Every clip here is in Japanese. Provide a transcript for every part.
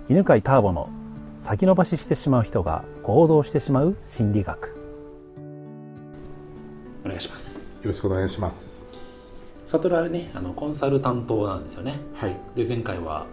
犬飼ターボの先延ばししてしまう人が行動してしまう心理学。お願いします。 よろしくお願いします。 サトルあれね、コンサル担当なんですよね。 はい。 で前回は、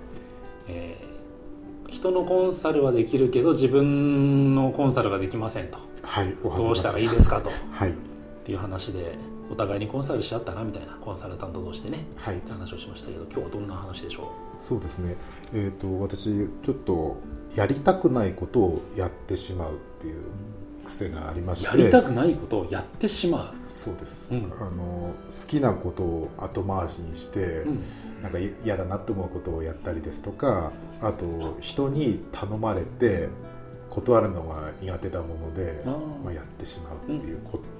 人のコンサルはできるけど自分のコンサルができませんと、 はい、 どうしたらいいですかと、 はい、 っていう話でお互いにコンサルし合ったなみたいな、コンサルタント同士でね、 はい、 って話をしましたけど、今日はどんな話でしょう。 そうですね、私ちょっとやりたくないことをやってしまうっていう癖がありまして。 やりたくないことをやってしまう。 そうです、 好きなことを後回しにして、なんか嫌だなと思うことをやったりですとか、あと人に頼まれて断るのが苦手なものでやってしまうっていうことです。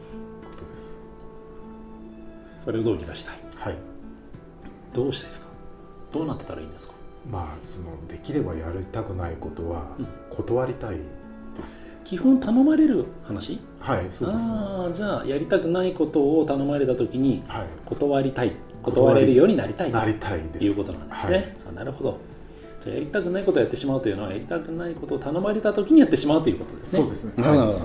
それをどうにかしたい。 はい。 どうしたいですか。どうなってたらいいんですか。 できればやりたくないことは断りたいです。 基本頼まれる話。 はい、そうです。 じゃあやりたくないことを頼まれた時に断りたい、断れるようになりたいです。 いうことなんですね。はい、なるほど。じゃあやりたくないことをやってしまうというのは、やりたくないことを頼まれた時にやってしまうということですね。 そうですね。 はい、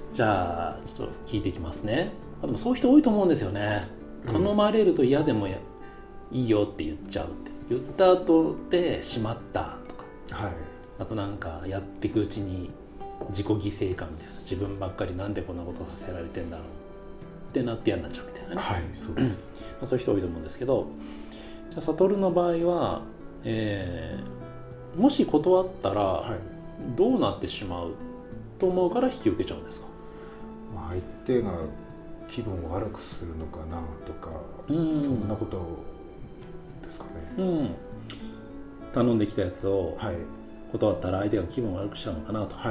じゃあちょっと聞いていきますね。でもそういう人多いと思うんですよね。頼まれると嫌でもいいよって言っちゃうって、言った後でしまったとか、はい、あとなんかやっていくうちに自己犠牲感みたいな、自分ばっかりなんでこんなことさせられてんだろうってなって嫌になっちゃうみたいなね。はい、そうです。そういう人多いと思うんですけど、じゃあ悟の場合は、もし断ったらどうなってしまうと思うから引き受けちゃうんですか。 相手が気分を悪くするのかなとか、そんなことですかね。 頼んできたやつを断ったら相手が気分を悪くしちゃうのかなと。はい。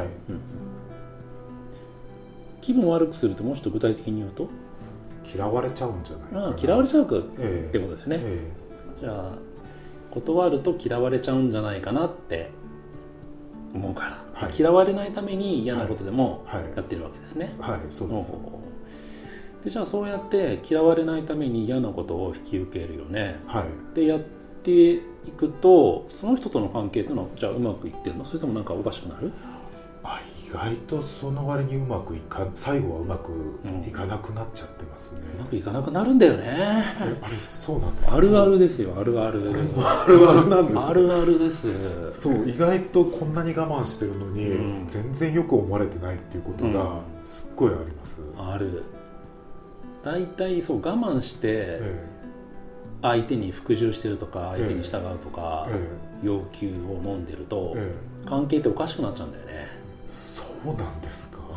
気分を悪くすると、もうちょっと具体的に言うと、 嫌われちゃうんじゃないかな。 嫌われちゃうかってことですね。じゃあ断ると嫌われちゃうんじゃないかなって思うから、嫌われないために嫌なことでもやってるわけですね。 はい、そうです。 でじゃあそうやって嫌われないために嫌なことを引き受けるよね。はい。でやっていくと、その人との関係というのはじゃあうまくいってるの、それともなんかおかしくなる？ 意外とその割に最後はうまくいかなくなっちゃってますね。 うまくいかなくなるんだよね。 あれ、そうなんですか。 あるあるですよ。あるある。 あるあるなんです。 あるあるです。 そう、意外とこんなに我慢してるのに、全然よく思われてないっていうことがすっごいあります。 ある。だいたいそう、我慢して相手に服従してるとか、相手に従うとか、要求を飲んでると、関係っておかしくなっちゃうんだよね。 そうなんですか。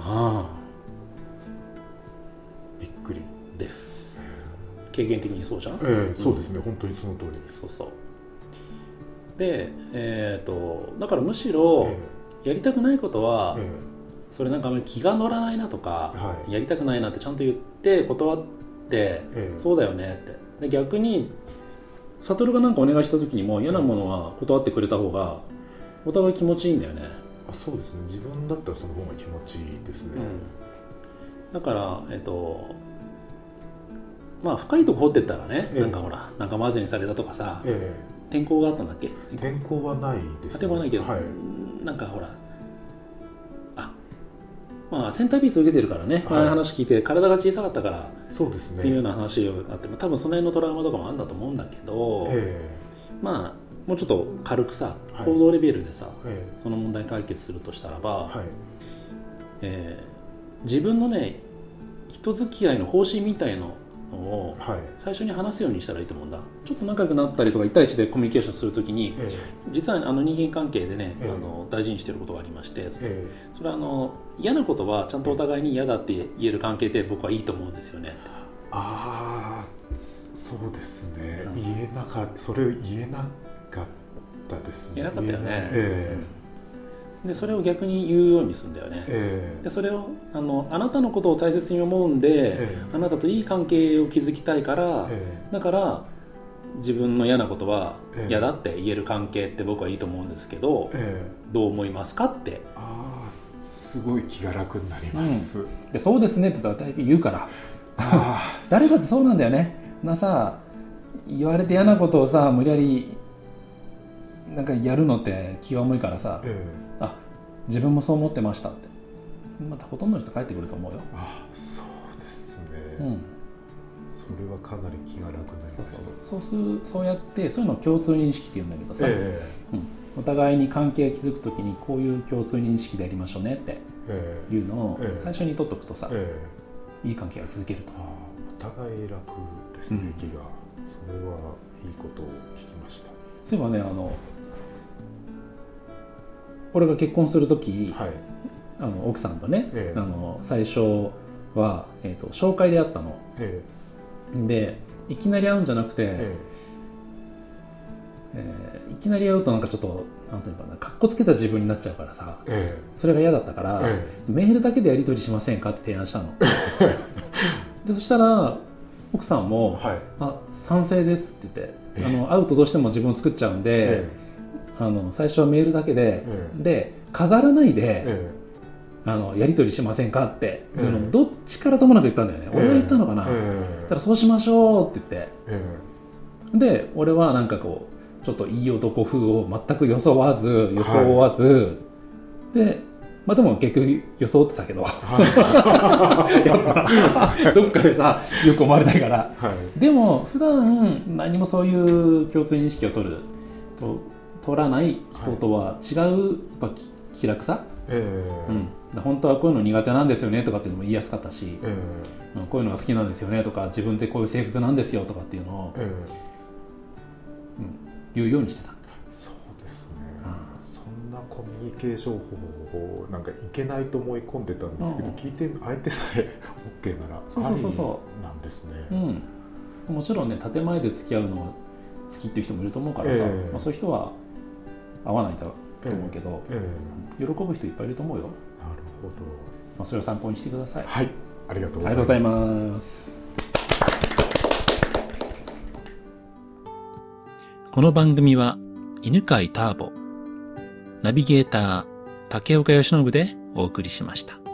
びっくりです。経験的にそうじゃん。 そうですね、本当にその通りです。 そうそう。で、だからむしろやりたくないことは、それなんかあんまり気が乗らないなとか、やりたくないなってちゃんと言って断って、そうだよねって。で逆に悟がなんかお願いした時にも嫌なものは断ってくれた方がお互い気持ちいいんだよね。 そうですね、自分だったらその方が気持ちいいですね。 だから深いとこ掘ってったらね、なんかほら仲間外れにされたとかさ、転校があったんだっけ。 転校はないですね。 転校はないけど、なんかほらセンターピース受けてるからね、話聞いて体が小さかったからそうですねっていうような話があって、多分その辺のトラウマとかもあるんだと思うんだけど、もうちょっと軽くさ、行動レベルでさ、その問題解決するとしたらば、自分のね、人付き合いの方針みたいのを最初に話すようにしたらいいと思うんだ。ちょっと仲良くなったりとか1対1でコミュニケーションするときに、実は人間関係でね、大事にしていることがありまして、それは嫌なことはちゃんとお互いに嫌だって言える関係で僕はいいと思うんですよね。 そうですね、それを言えなかったですね。 言えなかったよね。でそれを逆に言うようにするんだよね。でそれをあなたのことを大切に思うんで、あなたといい関係を築きたいから、だから自分の嫌なことは嫌だって言える関係って僕はいいと思うんですけど、どう思いますかって。 すごい気が楽になります。 でそうですねって大体言うから誰だってそうなんだよね。言われて嫌なことをさ無理やりなんかやるのって気が重いからさ、あ、自分もそう思ってましたってまたほとんどの人帰ってくると思うよ。 あ、そうですね、それはかなり気が楽になりました。 そうやってそういうのを共通認識って言うんだけどさ、お互いに関係を築くときにこういう共通認識でやりましょうねっていうのを最初に取っとくとさ、いい関係が築けると。 お互い楽ですね、気が。それはいいことを聞きました。 そういえばね、俺が結婚するとき、奥さんとね、最初は、紹介で会ったの、でいきなり会うんじゃなくて、いきなり会うとなんかちょっとなんていうのかな、かっこつけた自分になっちゃうからさ、それが嫌だったから、メールだけでやり取りしませんかって提案したのでそしたら奥さんも、あ、賛成ですって言って、会うとどうしても自分を作っちゃうんで、最初はメールだけで、で飾らないで、やり取りしませんかっていうのもどっちからともなく言ったんだよね。俺が言ったのかな、だからそうしましょうって言って、で俺はなんかこうちょっといい男風を全く装わず、で、まあでも結局装ってたけどやっぱどっかでさよく思われたいから、でも普段何もそういう共通認識を取らない人とは違うやっぱ気楽さ、本当はこういうの苦手なんですよねとかっていうのも言いやすかったし、こういうのが好きなんですよねとか、自分ってこういう性格なんですよとかっていうのを、言うようにしてた。 そうですね、そんなコミュニケーション方法なんかいけないと思い込んでたんですけど、聞いて相手さえ OK ならありなんですね。 もちろんね、建前で付き合うのは好きっていう人もいると思うからさ、そういう人は合わないと思うけど、喜ぶ人いっぱいいると思うよ。なるほど、それを参考にしてください。 はい、ありがとうございます。 この番組は犬飼ターボ、ナビゲーター竹岡由伸でお送りしました。